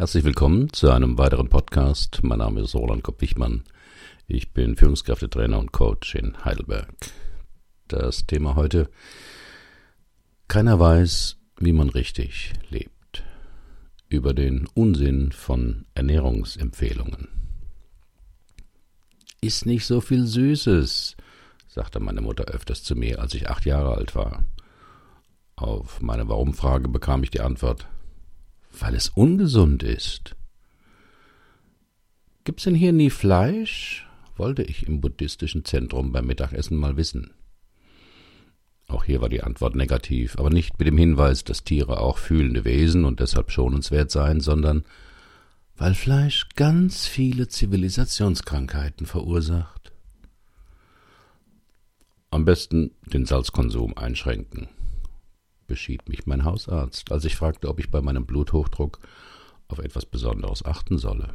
Herzlich willkommen zu einem weiteren Podcast. Mein Name ist Roland Kopp-Wichmann. Ich bin Führungskräftetrainer und Coach in Heidelberg. Das Thema heute: Keiner weiß, wie man richtig lebt. Über den Unsinn von Ernährungsempfehlungen. Iss nicht so viel Süßes, sagte meine Mutter öfters zu mir, als ich 8 Jahre alt war. Auf meine Warum-Frage bekam ich die Antwort: Weil es ungesund ist. Gibt's denn hier nie Fleisch? Wollte ich im buddhistischen Zentrum beim Mittagessen mal wissen. Auch hier war die Antwort negativ, aber nicht mit dem Hinweis, dass Tiere auch fühlende Wesen und deshalb schonenswert seien, sondern weil Fleisch ganz viele Zivilisationskrankheiten verursacht. Am besten den Salzkonsum einschränken, beschied mich mein Hausarzt, als ich fragte, ob ich bei meinem Bluthochdruck auf etwas Besonderes achten solle.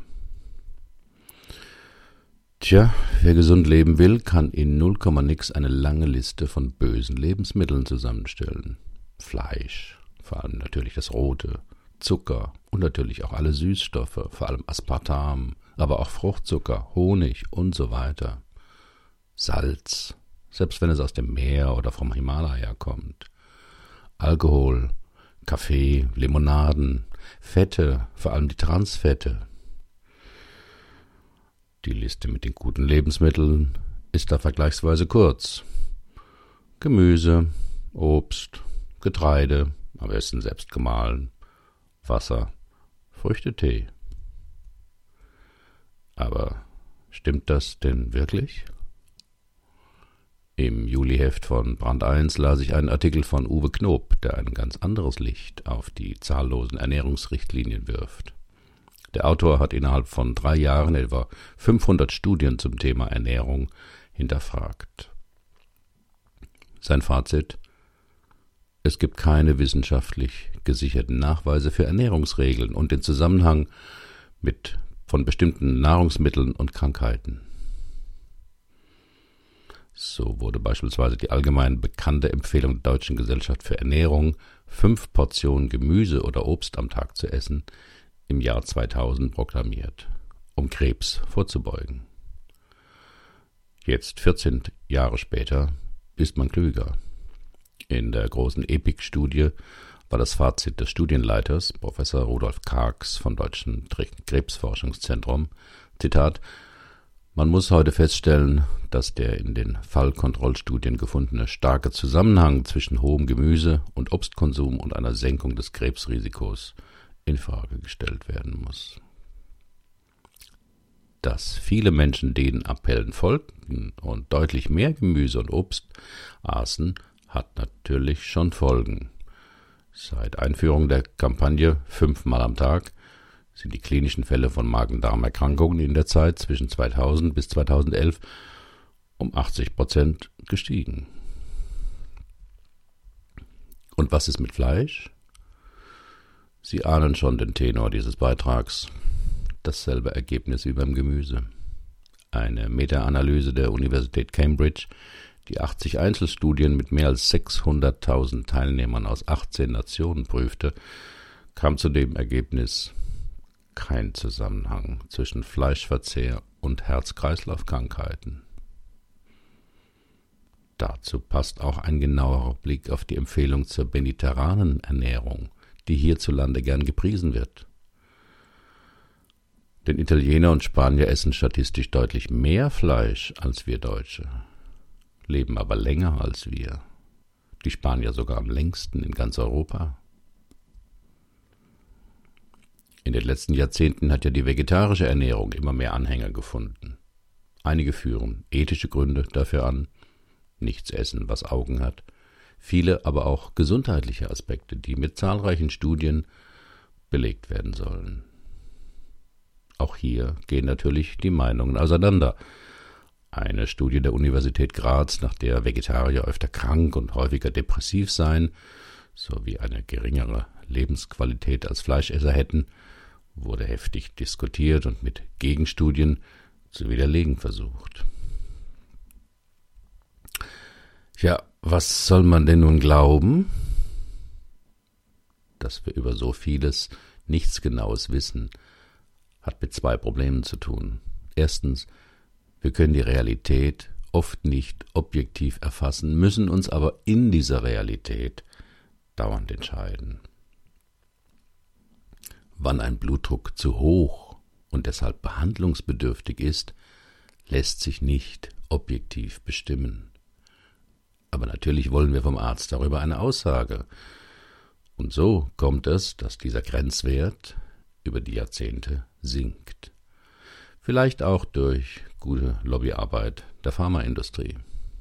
Tja, wer gesund leben will, kann in 0, nix eine lange Liste von bösen Lebensmitteln zusammenstellen. Fleisch, vor allem natürlich das Rote, Zucker und natürlich auch alle Süßstoffe, vor allem Aspartam, aber auch Fruchtzucker, Honig und so weiter. Salz, selbst wenn es aus dem Meer oder vom Himalaya kommt. Alkohol, Kaffee, Limonaden, Fette, vor allem die Transfette. Die Liste mit den guten Lebensmitteln ist da vergleichsweise kurz. Gemüse, Obst, Getreide, am besten selbst gemahlen, Wasser, Früchtetee. Aber stimmt das denn wirklich? Im Juliheft von Brand 1 las ich einen Artikel von Uwe Knob, der ein ganz anderes Licht auf die zahllosen Ernährungsrichtlinien wirft. Der Autor hat innerhalb von 3 Jahren etwa 500 Studien zum Thema Ernährung hinterfragt. Sein Fazit: Es gibt keine wissenschaftlich gesicherten Nachweise für Ernährungsregeln und den Zusammenhang von bestimmten Nahrungsmitteln und Krankheiten. So wurde beispielsweise die allgemein bekannte Empfehlung der Deutschen Gesellschaft für Ernährung, 5 Portionen Gemüse oder Obst am Tag zu essen, im Jahr 2000 proklamiert, um Krebs vorzubeugen. Jetzt, 14 Jahre später, ist man klüger. In der großen EPIC-Studie war das Fazit des Studienleiters, Professor Rudolf Kargs vom Deutschen Krebsforschungszentrum, Zitat: Man muss heute feststellen, dass der in den Fallkontrollstudien gefundene starke Zusammenhang zwischen hohem Gemüse- und Obstkonsum und einer Senkung des Krebsrisikos in Frage gestellt werden muss. Dass viele Menschen den Appellen folgten und deutlich mehr Gemüse und Obst aßen, hat natürlich schon Folgen. Seit Einführung der Kampagne 5-mal am Tag sind die klinischen Fälle von Magen-Darm-Erkrankungen in der Zeit zwischen 2000 bis 2011 um 80% gestiegen. Und was ist mit Fleisch? Sie ahnen schon den Tenor dieses Beitrags. Dasselbe Ergebnis wie beim Gemüse. Eine Meta-Analyse der Universität Cambridge, die 80 Einzelstudien mit mehr als 600.000 Teilnehmern aus 18 Nationen prüfte, kam zu dem Ergebnis: kein Zusammenhang zwischen Fleischverzehr und Herz-Kreislauf-Krankheiten. Dazu passt auch ein genauerer Blick auf die Empfehlung zur mediterranen Ernährung, die hierzulande gern gepriesen wird. Denn Italiener und Spanier essen statistisch deutlich mehr Fleisch als wir Deutsche, leben aber länger als wir, die Spanier sogar am längsten in ganz Europa. In den letzten Jahrzehnten hat ja die vegetarische Ernährung immer mehr Anhänger gefunden. Einige führen ethische Gründe dafür an, nichts essen, was Augen hat, viele aber auch gesundheitliche Aspekte, die mit zahlreichen Studien belegt werden sollen. Auch hier gehen natürlich die Meinungen auseinander. Eine Studie der Universität Graz, nach der Vegetarier öfter krank und häufiger depressiv seien, sowie eine geringere Lebensqualität als Fleischesser hätten, wurde heftig diskutiert und mit Gegenstudien zu widerlegen versucht. Ja, was soll man denn nun glauben? Dass wir über so vieles Nichts genaues Wissen hat mit zwei Problemen zu tun. Erstens, wir können die Realität oft nicht objektiv erfassen, müssen uns aber in dieser Realität dauernd entscheiden. Wann ein Blutdruck zu hoch und deshalb behandlungsbedürftig ist, lässt sich nicht objektiv bestimmen. Aber natürlich wollen wir vom Arzt darüber eine Aussage. Und so kommt es, dass dieser Grenzwert über die Jahrzehnte sinkt. Vielleicht auch durch gute Lobbyarbeit der Pharmaindustrie.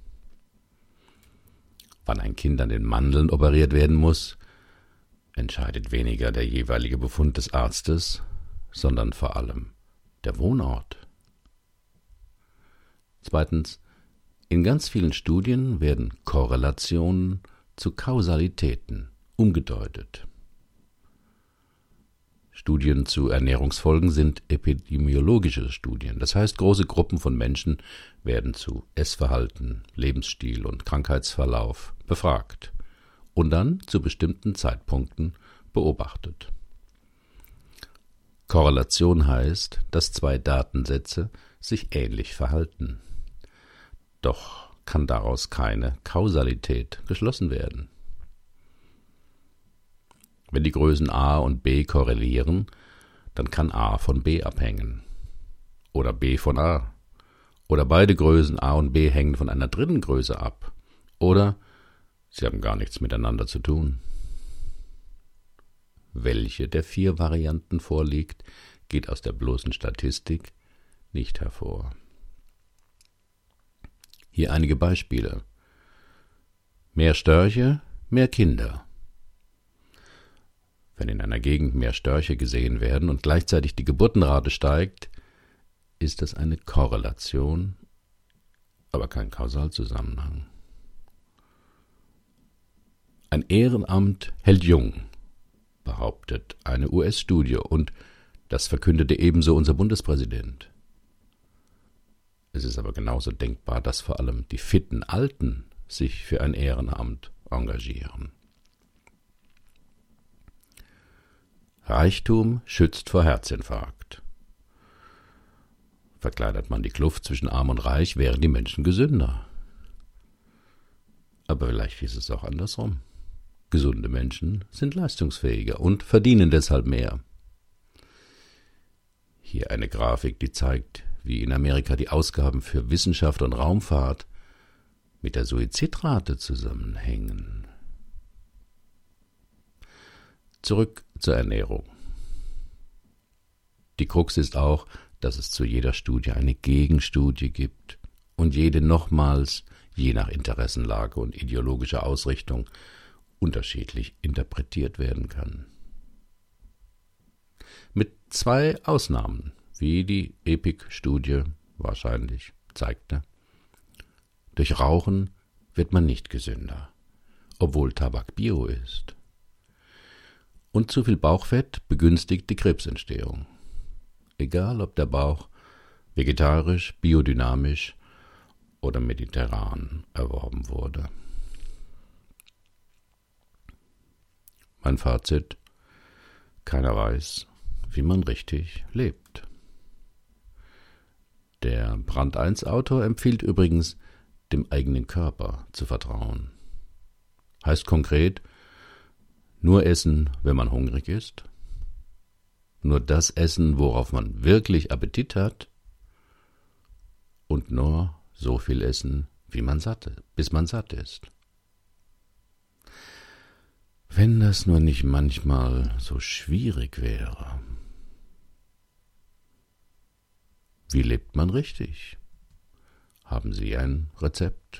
Wann ein Kind an den Mandeln operiert werden muss, entscheidet weniger der jeweilige Befund des Arztes, sondern vor allem der Wohnort. Zweitens, in ganz vielen Studien werden Korrelationen zu Kausalitäten umgedeutet. Studien zu Ernährungsfolgen sind epidemiologische Studien. Das heißt, große Gruppen von Menschen werden zu Essverhalten, Lebensstil und Krankheitsverlauf befragt und dann zu bestimmten Zeitpunkten beobachtet. Korrelation heißt, dass zwei Datensätze sich ähnlich verhalten. Doch kann daraus keine Kausalität geschlossen werden. Wenn die Größen a und b korrelieren, dann kann a von b abhängen. Oder b von a. Oder beide Größen a und b hängen von einer dritten Größe ab. Oder sie haben gar nichts miteinander zu tun. Welche der 4 Varianten vorliegt, geht aus der bloßen Statistik nicht hervor. Hier einige Beispiele. Mehr Störche, mehr Kinder. Wenn in einer Gegend mehr Störche gesehen werden und gleichzeitig die Geburtenrate steigt, ist das eine Korrelation, aber kein Kausalzusammenhang. Ein Ehrenamt hält jung, behauptet eine US-Studie, und das verkündete ebenso unser Bundespräsident. Es ist aber genauso denkbar, dass vor allem die fitten Alten sich für ein Ehrenamt engagieren. Reichtum schützt vor Herzinfarkt. Verkleinert man die Kluft zwischen Arm und Reich, wären die Menschen gesünder. Aber vielleicht ist es auch andersrum. Gesunde Menschen sind leistungsfähiger und verdienen deshalb mehr. Hier eine Grafik, die zeigt, wie in Amerika die Ausgaben für Wissenschaft und Raumfahrt mit der Suizidrate zusammenhängen. Zurück zur Ernährung. Die Krux ist auch, dass es zu jeder Studie eine Gegenstudie gibt und jede nochmals, je nach Interessenlage und ideologischer Ausrichtung, unterschiedlich interpretiert werden kann. Mit 2 Ausnahmen, wie die EPIC-Studie wahrscheinlich zeigte. Durch Rauchen wird man nicht gesünder, obwohl Tabak Bio ist. Und zu viel Bauchfett begünstigt die Krebsentstehung. Egal, ob der Bauch vegetarisch, biodynamisch oder mediterran erworben wurde. Mein Fazit: Keiner weiß, wie man richtig lebt. Der Brand 1-Autor empfiehlt übrigens, dem eigenen Körper zu vertrauen. Heißt konkret, nur essen, wenn man hungrig ist, nur das essen, worauf man wirklich Appetit hat, und nur so viel essen, bis man satt ist. Wenn das nur nicht manchmal so schwierig wäre. Wie lebt man richtig? Haben Sie ein Rezept?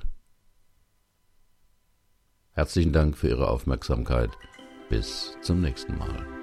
Herzlichen Dank für Ihre Aufmerksamkeit. Bis zum nächsten Mal.